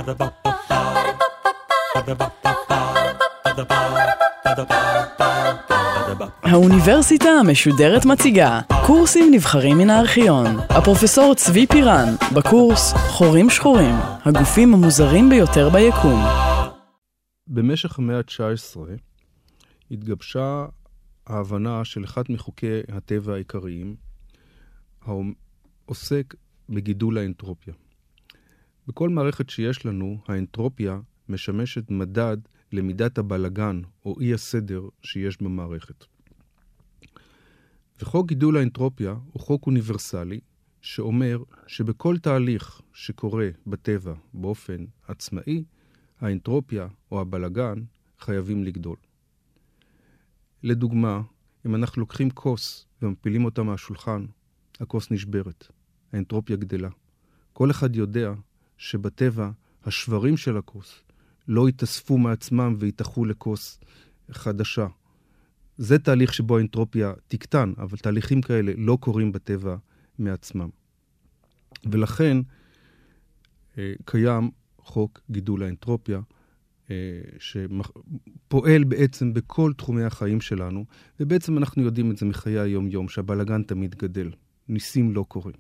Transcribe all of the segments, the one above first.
האוניברסיטה המשודרת מציגה קורסים נבחרים מן הארכיון. הפרופסור צבי פירן בקורס חורים שחורים, הגופים המוזרים ביותר ביקום. במשך המאה ה-19 התגבשה ההבנה של אחד מחוקי הטבע העיקריים, העוסק בגידול האנטרופיה. בכל מערכת שיש לנו, האנטרופיה משמשת מדד למידת הבלגן או אי הסדר שיש במערכת. וחוק גידול האנטרופיה הוא חוק אוניברסלי שאומר שבכל תהליך שקורה בטבע באופן עצמאי, האנטרופיה או הבלגן חייבים לגדול. לדוגמה, אם אנחנו לוקחים כוס ומפילים אותה מהשולחן, הכוס נשברת, האנטרופיה גדלה. כל אחד יודע שבטבע השברים של הכוס לא יתאספו מעצמם ויתאחו לכוס חדשה. זה תהליך שבו האנטרופיה תקטן, אבל תהליכים כאלה לא קורים בטבע מעצמם. ולכן קיים חוק גידול האנטרופיה, שפועל בעצם בכל תחומי החיים שלנו, ובעצם אנחנו יודעים את זה מחיי היום-יום, שהבלגן תמיד גדל, ניסים לא קורים.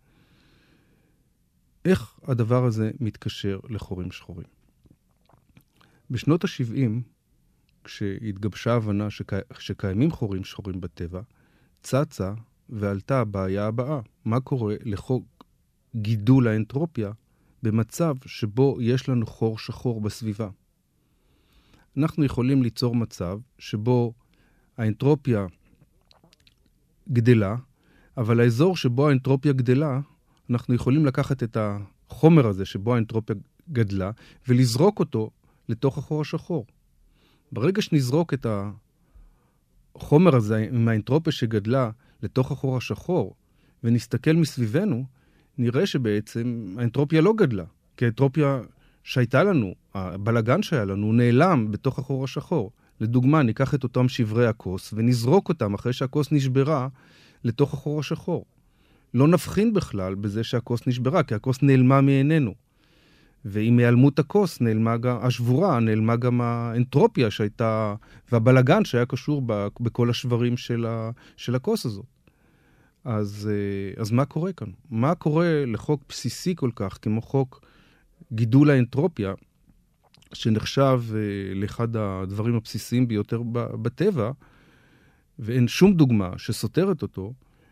איך הדבר הזה מתקשר לחורים שחורים? בשנות ה-70, כשהתגבשה הבנה שקיימים חורים שחורים בטבע, צצה ועלתה הבעיה הבאה. מה קורה לחוק גידול האנטרופיה במצב שבו יש לנו חור שחור בסביבה? אנחנו יכולים ליצור מצב שבו האנטרופיה גדלה, אבל האזור שבו האנטרופיה גדלה, אנחנו יכולים לקחת את החומר הזה שבו האנטרופיה גדלה ולזרוק אותו לתוך החור השחור. ברגע שנזרוק את החומר הזה עם האנטרופיה שגדלה לתוך החור השחור ונסתכל מסביבנו, נראה שבעצם האנטרופיה לא גדלה. כי האנטרופיה שהייתה לנו, הבלגן שהיה לנו, נעלם בתוך החור השחור. לדוגמה, ניקח את אותם שברי הכוס ונזרוק אותם אחרי שהכוס נשברה לתוך החור השחור. לא נבחין בכלל בזה שהכוס נשברה, כי הכוס נעלמה מעינינו. ועם היעלמות הכוס נעלמה גם השבורה, נעלמה גם האנטרופיה שהייתה, והבלגן שהיה קשור בכל השברים של הכוס הזאת. אז מה קורה כאן? מה קורה לחוק בסיסי כל כך, כמו חוק גידול האנטרופיה, שנחשב לאחד הדברים הבסיסיים ביותר בטבע, ואין שום דוגמה שסותרת אותו,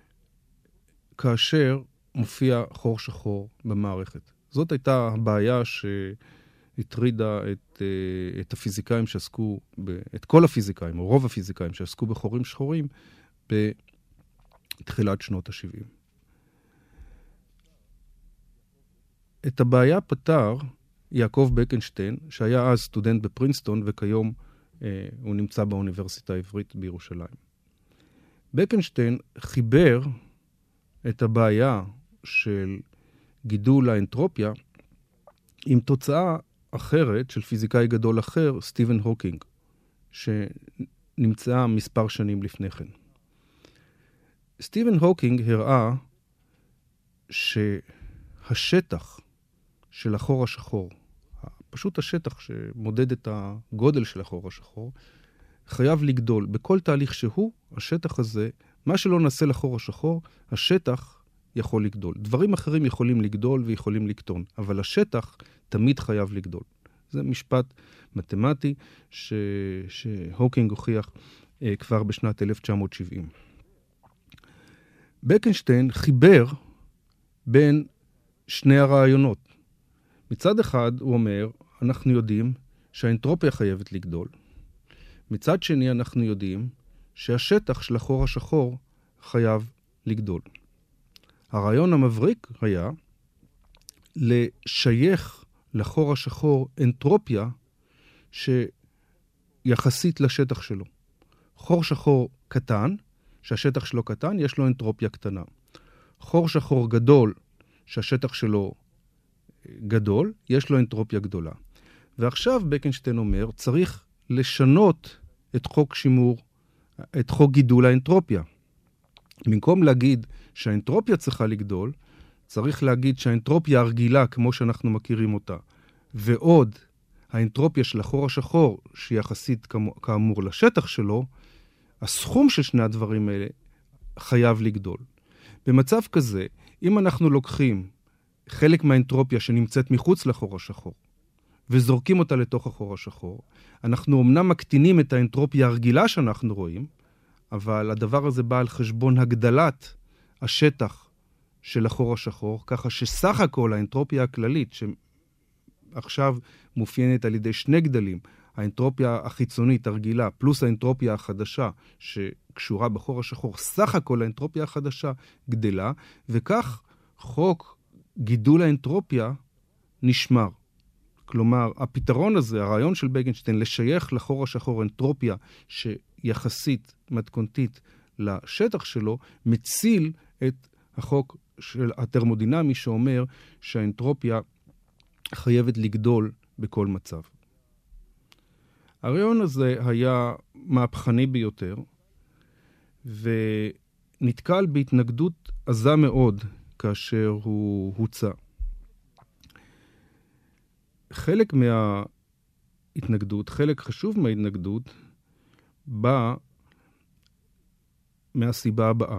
כאשר מופיע חור שחור במערכת. זאת הייתה הבעיה שהטרידה את הפיזיקאים שעסקו, את כל הפיזיקאים, או רוב הפיזיקאים שעסקו בחורים שחורים, בתחילת שנות ה-70. את הבעיה פתר יעקב בקנשטיין, שהיה אז סטודנט בפרינסטון, וכיום הוא נמצא באוניברסיטה העברית בירושלים. בקנשטיין חיבר את הבעיה של גידול האנטרופיה עם תוצאה אחרת של פיזיקאי גדול אחר, סטיבן הוקינג, שנמצא מספר שנים לפני כן. סטיבן הוקינג הראה שהשטח של החור השחור, פשוט השטח שמודד את הגודל של החור השחור, חייב לגדול. בכל תהליך שהוא, השטח הזה, מה שלא נעשה לחור השחור, השטח יכול לגדול. דברים אחרים יכולים לגדול ויכולים לקטון, אבל השטח תמיד חייב לגדול. זה משפט מתמטי שהוקינג הוכיח כבר בשנת 1970. בקנשטיין חיבר בין שני הרעיונות. מצד אחד הוא אומר, אנחנו יודעים שהאנטרופיה חייבת לגדול. מצד שני אנחנו יודעים שהשטח של החור השחור חייב לגדול. הרעיון המבריק היה לשייך לחור השחור אנטרופיה שיחסית לשטח שלו. חור שחור קטן, שהשטח שלו קטן, יש לו אנטרופיה קטנה. חור שחור גדול, שהשטח שלו גדול, יש לו אנטרופיה גדולה. ועכשיו בקנשטיין אומר, צריך לשנות את חוק גידול האנטרופיה. במקום להגיד שהאנטרופיה צריכה לגדול, צריך להגיד שהאנטרופיה הרגילה, כמו שאנחנו מכירים אותה, ועוד האנטרופיה של החור השחור, שהיא יחסית כאמור לשטח שלו, הסכום של שני הדברים האלה חייב לגדול. במצב כזה, אם אנחנו לוקחים חלק מהאנטרופיה שנמצאת מחוץ לחור השחור, וזורקים אותה לתוך החור השחור, אנחנו אמנם מקטינים את האנטרופיה הרגילה שאנחנו רואים, אבל הדבר הזה בא על חשבון הגדלת השטח של החור השחור, ככה שסך הכל האנטרופיה הכללית, שעכשיו מופיינת על ידי שני גדלים, האנטרופיה החיצונית הרגילה, פלוס האנטרופיה החדשה שקשורה בחור השחור, סך הכל האנטרופיה החדשה גדלה, וכך חוק גידול האנטרופיה נשמר. כלומר, הפתרון הזה, הרעיון של בגנשטיין, לשייך לחור השחור אנטרופיה שיחסית מתכונתית לשטח שלו, מציל את החוק של התרמודינמי שאומר שהאנטרופיה חייבת לגדול בכל מצב. הרעיון הזה היה מהפכני ביותר, ונתקל בהתנגדות עזה מאוד כאשר הוא הוצא. חלק מההתנגדות, חלק חשוב מההתנגדות, בא מהסיבה הבאה.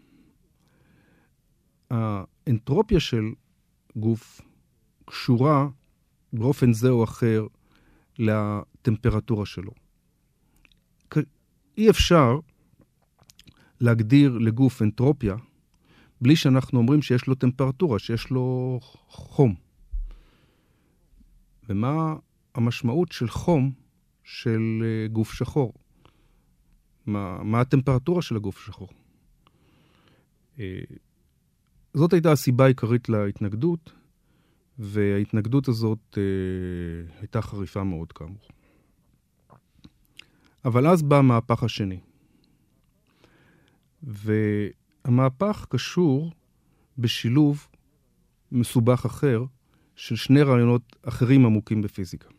האנטרופיה של גוף קשורה באופן זה או אחר לטמפרטורה שלו. אי אפשר להגדיר לגוף אנטרופיה בלי שאנחנו אומרים שיש לו טמפרטורה, שיש לו חום. ומה המשמעות של חום של גוף שחור? מה הטמפרטורה של הגוף שחור? זאת הייתה הסיבה העיקרית להתנגדות, וההתנגדות הזאת הייתה חריפה מאוד כאמור. אבל אז בא המהפך השני. והמהפך קשור בשילוב מסובך אחר של שני רעיונות אחרים עמוקים בפיזיקה.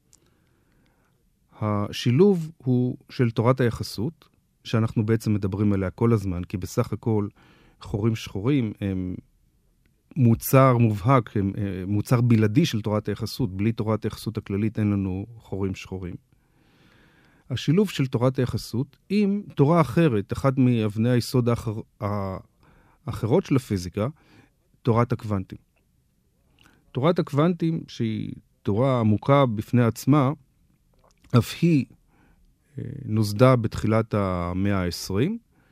השילוב הוא של תורת היחסות, שאנחנו בעצם מדברים עליה כל הזמן, כי בסך הכל חורים שחורים הם מוצר מובהק, הם מוצר בלעדי של תורת היחסות. בלי תורת היחסות הכללית אין לנו חורים שחורים. השילוב של תורת היחסות עם תורה אחרת, אחד מאבני היסוד האחרות של הפיזיקה, תורת הקוונטים. תורת הקוונטים, שהיא תורה עמוקה בפני עצמה, אף היא נוסדה בתחילת המאה ה-20,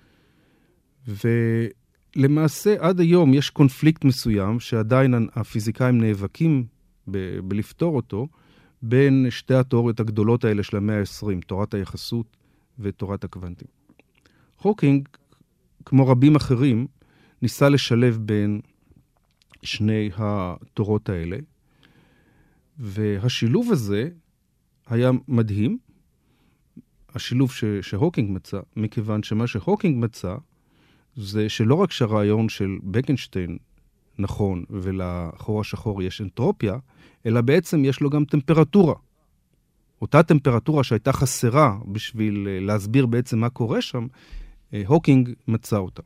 ולמעשה עד היום יש קונפליקט מסוים שעדיין הפיזיקאים נאבקים בלפתור אותו, בין שתי התיאוריות הגדולות האלה של המאה ה-20, תורת היחסות ותורת הקוונטים. הוקינג, כמו רבים אחרים, ניסה לשלב בין שני התורות האלה, והשילוב הזה היה מדהים, השילוב שהוקינג מצא, מכיוון שמה שהוקינג מצא, זה שלא רק שהרעיון של בגנשטיין נכון, ולחור השחור יש אנטרופיה, אלא בעצם יש לו גם טמפרטורה. אותה טמפרטורה שהייתה חסרה בשביל להסביר בעצם מה קורה שם, הוקינג מצא אותה.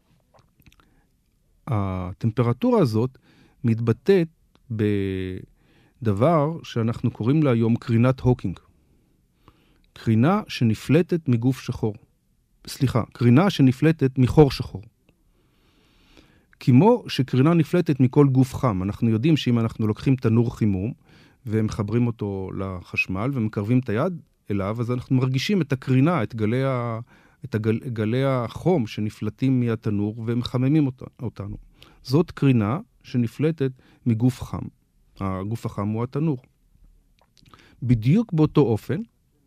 הטמפרטורה הזאת מתבטאת בדבר שאנחנו קוראים לה היום קרינת הוקינג. קרינה שנפלטת מגוף שחור. קרינה שנפלטת מחור שחור. כמו שקרינה נפלטת מכל גוף חם. אנחנו יודעים שאם אנחנו לוקחים תנור חימום, ומחברים אותו לחשמל, ומקרבים את היד אליו, אז אנחנו מרגישים את הקרינה, את גלי החום שנפלטים מהתנור, ומחממים אותנו. זאת קרינה שנפלטת מגוף חם. הגוף החם הוא התנור. בדיוק באותו אופן,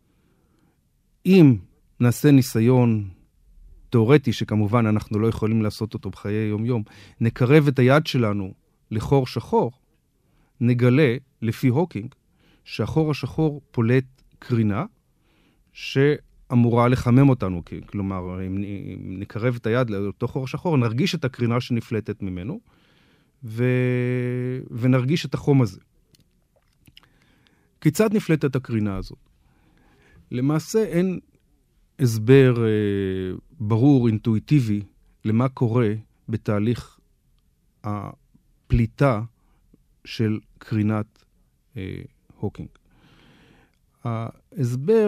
אם נעשה ניסיון תיאורטי, שכמובן אנחנו לא יכולים לעשות אותו בחיי יום-יום, נקרב את היד שלנו לחור שחור, נגלה, לפי הוקינג, שהחור השחור פולט קרינה שאמורה לחמם אותנו. כלומר, אם נקרב את היד לאותו חור שחור, נרגיש את הקרינה שנפלטת ממנו, ונרגיש את החום הזה. כיצד נפלטת הקרינה הזאת? למעשה אין הסבר ברור, אינטואיטיבי, למה קורה בתהליך הפליטה של קרינת הוקינג. ההסבר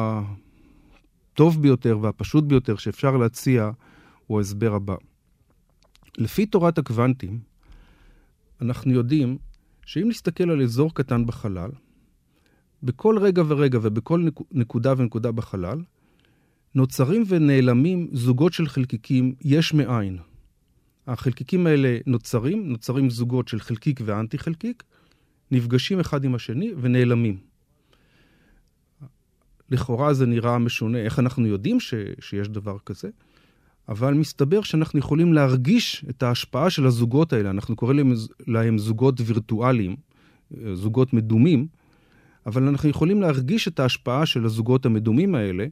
הטוב ביותר והפשוט ביותר שאפשר להציע הוא ההסבר הבא. לפי תורת הקוונטים, אנחנו יודעים שאם נסתכל על אזור קטן בחלל, בכל רגע ורגע ובכל נקודה ונקודה בחלל, נוצרים ונעלמים זוגות של חלקיקים יש מאין. החלקיקים האלה נוצרים זוגות של חלקיק ואנטי חלקיק, נפגשים אחד עם השני ונעלמים. לכאורה זה נראה משונה, איך אנחנו יודעים שיש דבר כזה? אבל מסתבר שאנחנו יכולים להרגיש את ההשפעה של הזוגות האלה. אנחנו קוראים להם זוגות וירטואליים, זוגות מדומים, אבל אנחנו יכולים להרגיש את ההשפעה של הזוגות המדומים האלה,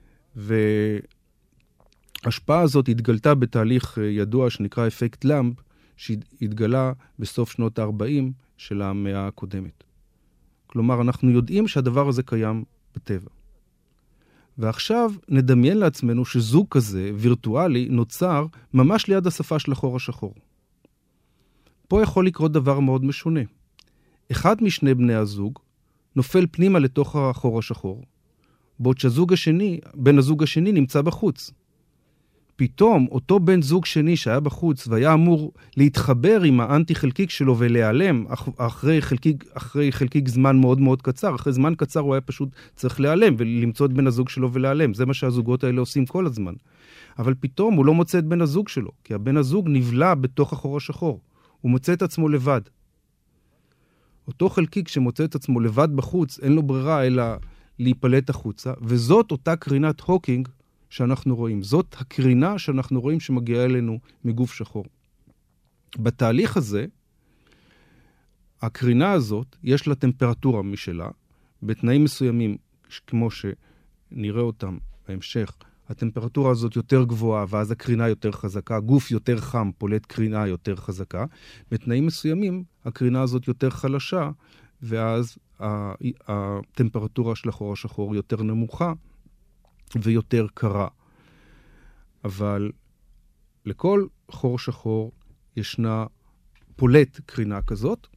וההשפעה הזאת התגלתה בתהליך ידוע שנקרא אפקט למב, שהתגלה בסוף שנות ה-40 של המאה הקודמת. כלומר, אנחנו יודעים שהדבר הזה קיים בטבע. ועכשיו נדמיין לעצמנו שזוג כזה, וירטואלי, נוצר ממש ליד השפה של החור השחור. פה יכול לקרות דבר מאוד משונה. אחד משני בני הזוג נופל פנימה לתוך החור השחור, בעוד בן הזוג השני נמצא בחוץ. פתאום אותו בן זוג שני שהיה בחוץ והיה אמור להתחבר עם האנטי חלקיק שלו ולהיעלם אחרי חלקיק זמן מאוד מאוד קצר. אחרי זמן קצר הוא היה פשוט צריך להיעלם ולמצוא את בן הזוג שלו ולהיעלם. זה מה שהזוגות האלה עושים כל הזמן. אבל פתאום הוא לא מוצא את בן הזוג שלו, כי הבן הזוג נבלע בתוך החור השחור. הוא מוצא את עצמו לבד. אותו חלקיק שמוצא את עצמו לבד בחוץ, אין לו ברירה אלא להיפלט החוצה, וזאת אותה קרינת הוקינג שאנחנו רואים. זאת הקרינה שאנחנו רואים שמגיעה אלינו מגוף שחור. בתהליך הזה, הקרינה הזאת, יש לה טמפרטורה משלה, בתנאים מסוימים, כמו שנראה אותם בהמשך, הטמפרטורה הזאת יותר גבוהה, ואז הקרינה יותר חזקה, גוף יותר חם פולט קרינה יותר חזקה. בתנאים מסוימים, הקרינה הזאת יותר חלשה, ואז הטמפרטורה של החור השחור יותר נמוכה, ויותר קרה. אבל לכל חור שחור ישנה פולט קרינה כזאת,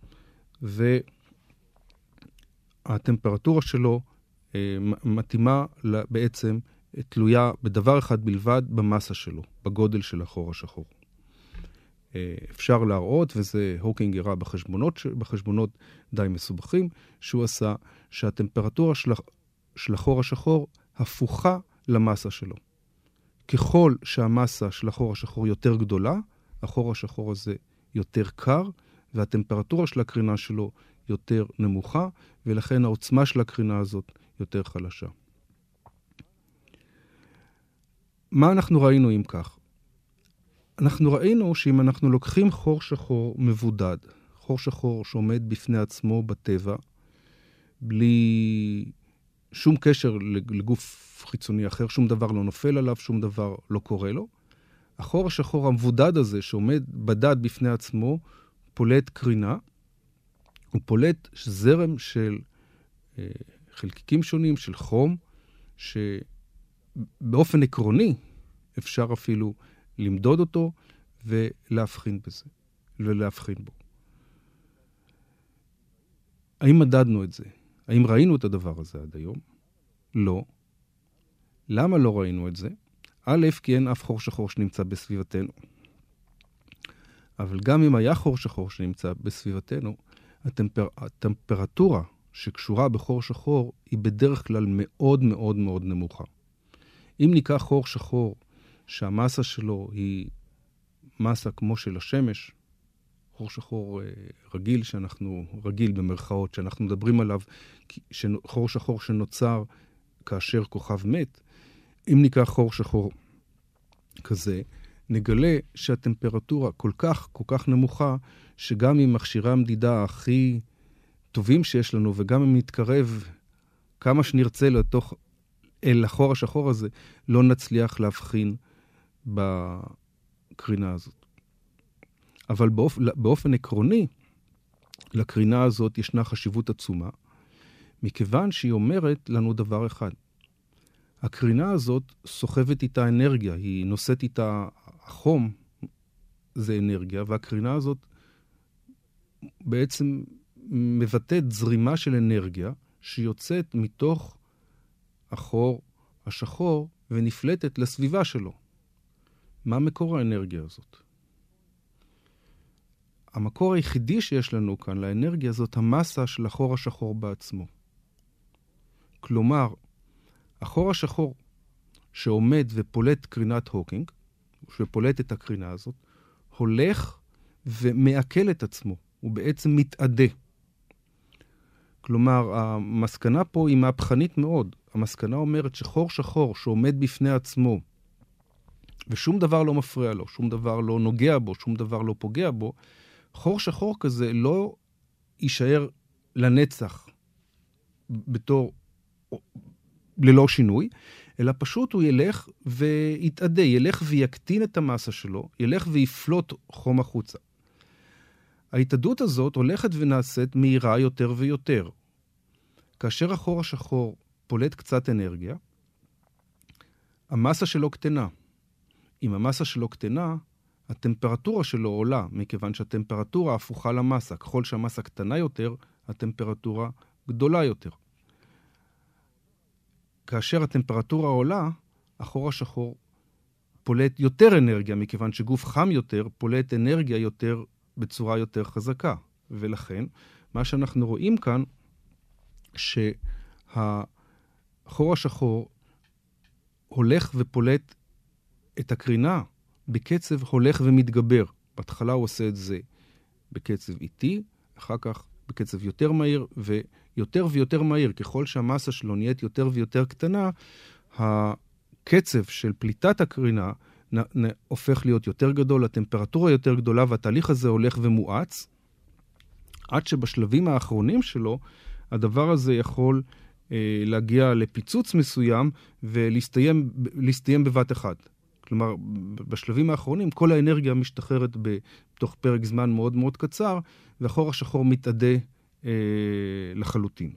והטמפרטורה שלו מתאימה בעצם תלויה בדבר אחד בלבד, במסה שלו, בגודל של החור השחור. אפשר להראות, וזה הוקינג הראה בחשבונות די מסובכים, שהוא עשה שהטמפרטורה של החור השחור הפוכה למסה שלו. ככל שהמסה של החור השחור יותר גדולה, החור השחור הזה יותר קר, והטמפרטורה של הקרינה שלו יותר נמוכה, ולכן העוצמה של הקרינה הזאת יותר חלשה. מה אנחנו ראינו אם כך? אנחנו ראינו שאם אנחנו לוקחים חור שחור מבודד, חור שחור שעומד בפני עצמו בטבע, בלי שום קשר לגוף חיצוני אחר, שום דבר לא נופל עליו, שום דבר לא קורה לו, החור השחור המבודד הזה שעומד בדד בפני עצמו, פולט קרינה, הוא פולט זרם של חלקיקים שונים, של חום, שבאופן עקרוני אפשר אפילו למדוד אותו ולהבחין בזה, ולהבחין בו. האם מדדנו את זה? האם ראינו את הדבר הזה עד היום? לא. למה לא ראינו את זה? א', כי אין אף חור שחור שנמצא בסביבתנו. אבל גם אם היה חור שחור שנמצא בסביבתנו, הטמפרטורה שקשורה בחור שחור היא בדרך כלל מאוד מאוד מאוד נמוכה. אם ניקח חור שחור שהמסה שלו היא מסה כמו של השמש, חור שחור רגיל רגיל במרכאות, שאנחנו מדברים עליו, חור שחור שנוצר כאשר כוכב מת, אם ניקח חור שחור כזה, נגלה שהטמפרטורה כל כך נמוכה, שגם עם מכשירי המדידה הכי טובים שיש לנו, וגם אם נתקרב כמה שנרצה אל החור השחור הזה, לא נצליח להבחין בקרינה הזאת. אבל באופן עקרוני, לקרינה הזאת ישנה חשיבות עצומה, מכיוון שהיא אומרת לנו דבר אחד. הקרינה הזאת סוחבת איתה אנרגיה, היא נושאת איתה החום, זה אנרגיה, והקרינה הזאת בעצם מבטאת זרימה של אנרגיה שיוצאת מתוך החור השחור ונפלטת לסביבה שלו. מה מקור האנרגיה הזאת? המקור היחידי שיש לנו כאן לאנרגיה זאת המסה של החור השחור בעצמו. כלומר, החור השחור שעומד ופולט קרינת הוקינג, שפולט את הקרינה הזאת, הולך ומעכל את עצמו. הוא בעצם מתעדה. כלומר, המסקנה פה היא מהפכנית מאוד. המסקנה אומרת שחור שחור שעומד בפני עצמו, ושום דבר לא מפריע לו, שום דבר לא נוגע בו, שום דבר לא פוגע בו, חור שחור כזה לא יישאר לנצח בתור ללא שינוי, אלא פשוט הוא ילך ויתעדה, ילך ויקטין את המסה שלו, ילך ויפלוט חום החוצה. ההתעדות הזאת הולכת ונעשית מהירה יותר ויותר. כאשר החור השחור פולט קצת אנרגיה, המסה שלו קטנה. אם המסה שלו קטנה, הטמפרטורה שלו עולה, מכיוון שהטמפרטורה הפוכה למסה. ככל שהמסה קטנה יותר, הטמפרטורה גדולה יותר. כאשר הטמפרטורה עולה, החור השחור פולט יותר אנרגיה, מכיוון שגוף חם יותר פולט אנרגיה יותר בצורה יותר חזקה. ולכן, מה שאנחנו רואים כאן, שהחור השחור הולך ופולט את הקרינה בקצב הולך ומתגבר. בהתחלה הוא עושה את זה בקצב איטי, אחר כך בקצב יותר מהיר, ויותר ויותר מהיר. ככל שהמסה שלו נהיית יותר ויותר קטנה, הקצב של פליטת הקרינה הופך להיות יותר גדול, הטמפרטורה יותר גדולה, והתהליך הזה הולך ומואץ, עד שבשלבים האחרונים שלו, הדבר הזה יכול להגיע לפיצוץ מסוים, ולהסתיים בבת אחת. כלומר, בשלבים האחרונים, כל האנרגיה משתחררת בתוך פרק זמן מאוד מאוד קצר, והחור השחור מתעדה לחלוטין.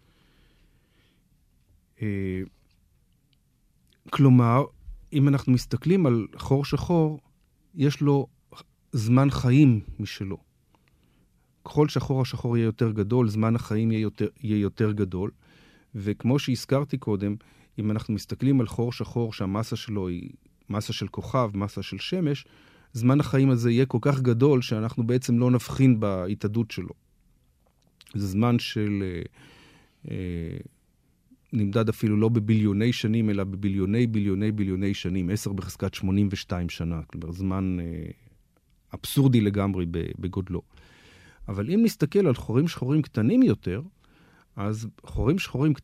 כלומר, אם אנחנו מסתכלים על חור שחור, יש לו זמן חיים משלו. ככל שהחור השחור יהיה יותר גדול, זמן החיים יהיה יותר גדול. וכמו שהזכרתי קודם, אם אנחנו מסתכלים על חור שחור שהמסה שלו היא מסה של כוכב, מסה של שמש, זמן החיים הזה יהיה כל כך גדול שאנחנו בעצם לא נבחין בהתעדות שלו. זה זמן של נמדד אפילו לא בביליוני שנים, אלא בביליוני שנים, 10 בחזקת 82 שנה, כלומר זמן אבסורדי לגמרי בגודלו. אבל אם נסתכל על חורים שחורים קטנים יותר, אז חורים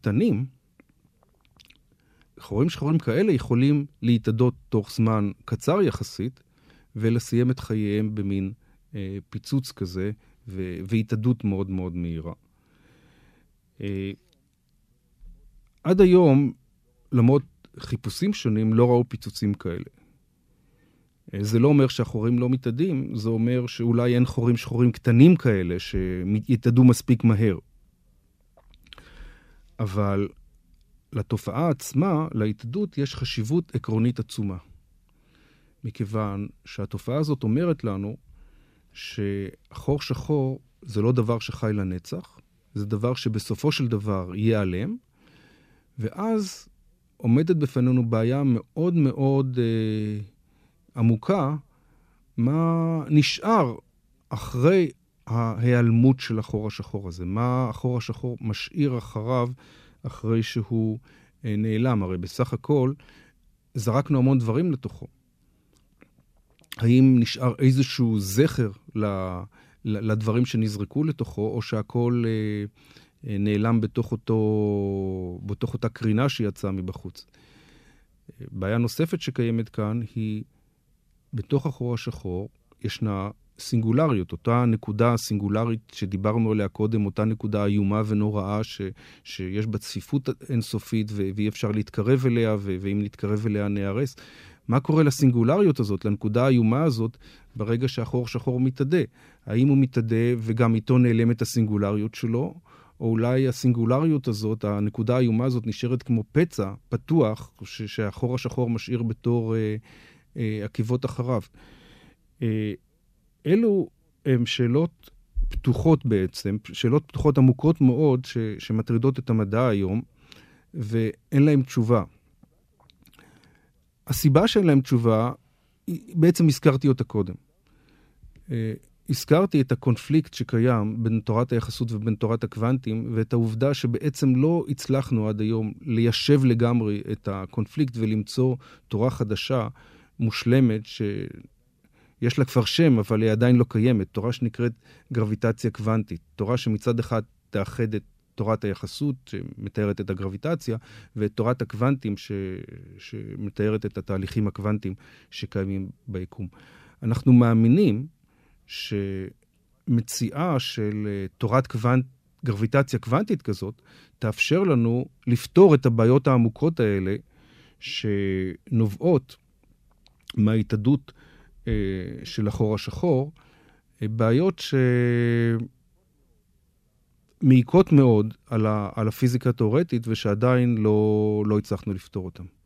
שחורים כאלה יכולים להתעדות תוך זמן קצר יחסית, ולסיים את חייהם במין פיצוץ כזה, והתעדות מאוד מאוד מהירה. עד היום, למרות חיפושים שונים, לא ראו פיצוצים כאלה. זה לא אומר שהחורים לא מתעדים, זה אומר שאולי אין חורים שחורים קטנים כאלה שיתעדו מספיק מהר. אבל לתופעה עצמה, להתעדות, יש חשיבות עקרונית עצומה. מכיוון שהתופעה הזאת אומרת לנו שחור שחור זה לא דבר שחי לנצח, זה דבר שבסופו של דבר ייעלם, ואז עומדת בפנינו בעיה מאוד מאוד עמוקה, מה נשאר אחרי ההיעלמות של החור השחור הזה, מה החור השחור משאיר אחריו אחרי שהוא נעלם. הרי בסך הכל זרקנו המון דברים לתוכו. האם נשאר איזשהו זכר לדברים שנזרקו לתוכו, או שהכל נעלם בתוך אותה קרינה שיצאה מבחוץ. בעיה נוספת שקיימת כאן היא, בתוך החור השחור ישנה סינגולריות, אותה נקודה סינגולרית שדיברנו עליה קודם, אותה נקודה איומה ונוראה שיש בה צפיפות אינסופית ואי אפשר להתקרב אליה, ואם נתקרב אליה נהרס. מה קורה לסינגולריות הזאת, לנקודה האיומה הזאת, ברגע שהחור שחור מתעדה? האם הוא מתעדה וגם איתו נעלמת הסינגולריות שלו, או אולי הסינגולריות הזאת, הנקודה האיומה הזאת נשארת כמו פצע פתוח, שהחור השחור משאיר בתור עקיבות אחריו. אלו הם שאלות פתוחות בעצם, שאלות פתוחות עמוקות מאוד שמטרידות את המדע היום, ואין להם תשובה. הסיבה שאין להם תשובה, בעצם הזכרתי אותה קודם. הזכרתי את הקונפליקט שקיים בין תורת היחסות ובין תורת הקוונטים, ואת העובדה שבעצם לא הצלחנו עד היום ליישב לגמרי את הקונפליקט ולמצוא תורה חדשה, מושלמת, שיש לה כבר שם, אבל היא עדיין לא קיימת. תורה שנקראת גרביטציה קוונטית. תורה שמצד אחד תאחד את תורת היחסות, שמתארת את הגרביטציה, ואת תורת הקוונטים, שמתארת את התהליכים הקוונטיים שקיימים ביקום. אנחנו מאמינים שמציאה של תורת גרביטציה קוונטית כזאת, תאפשר לנו לפתור את הבעיות העמוקות האלה, שנובעות מההתאדות של החור השחור, בעיות מעיקות מאוד על הפיזיקה התיאורטית, ושעדיין לא הצלחנו לפתור אותן.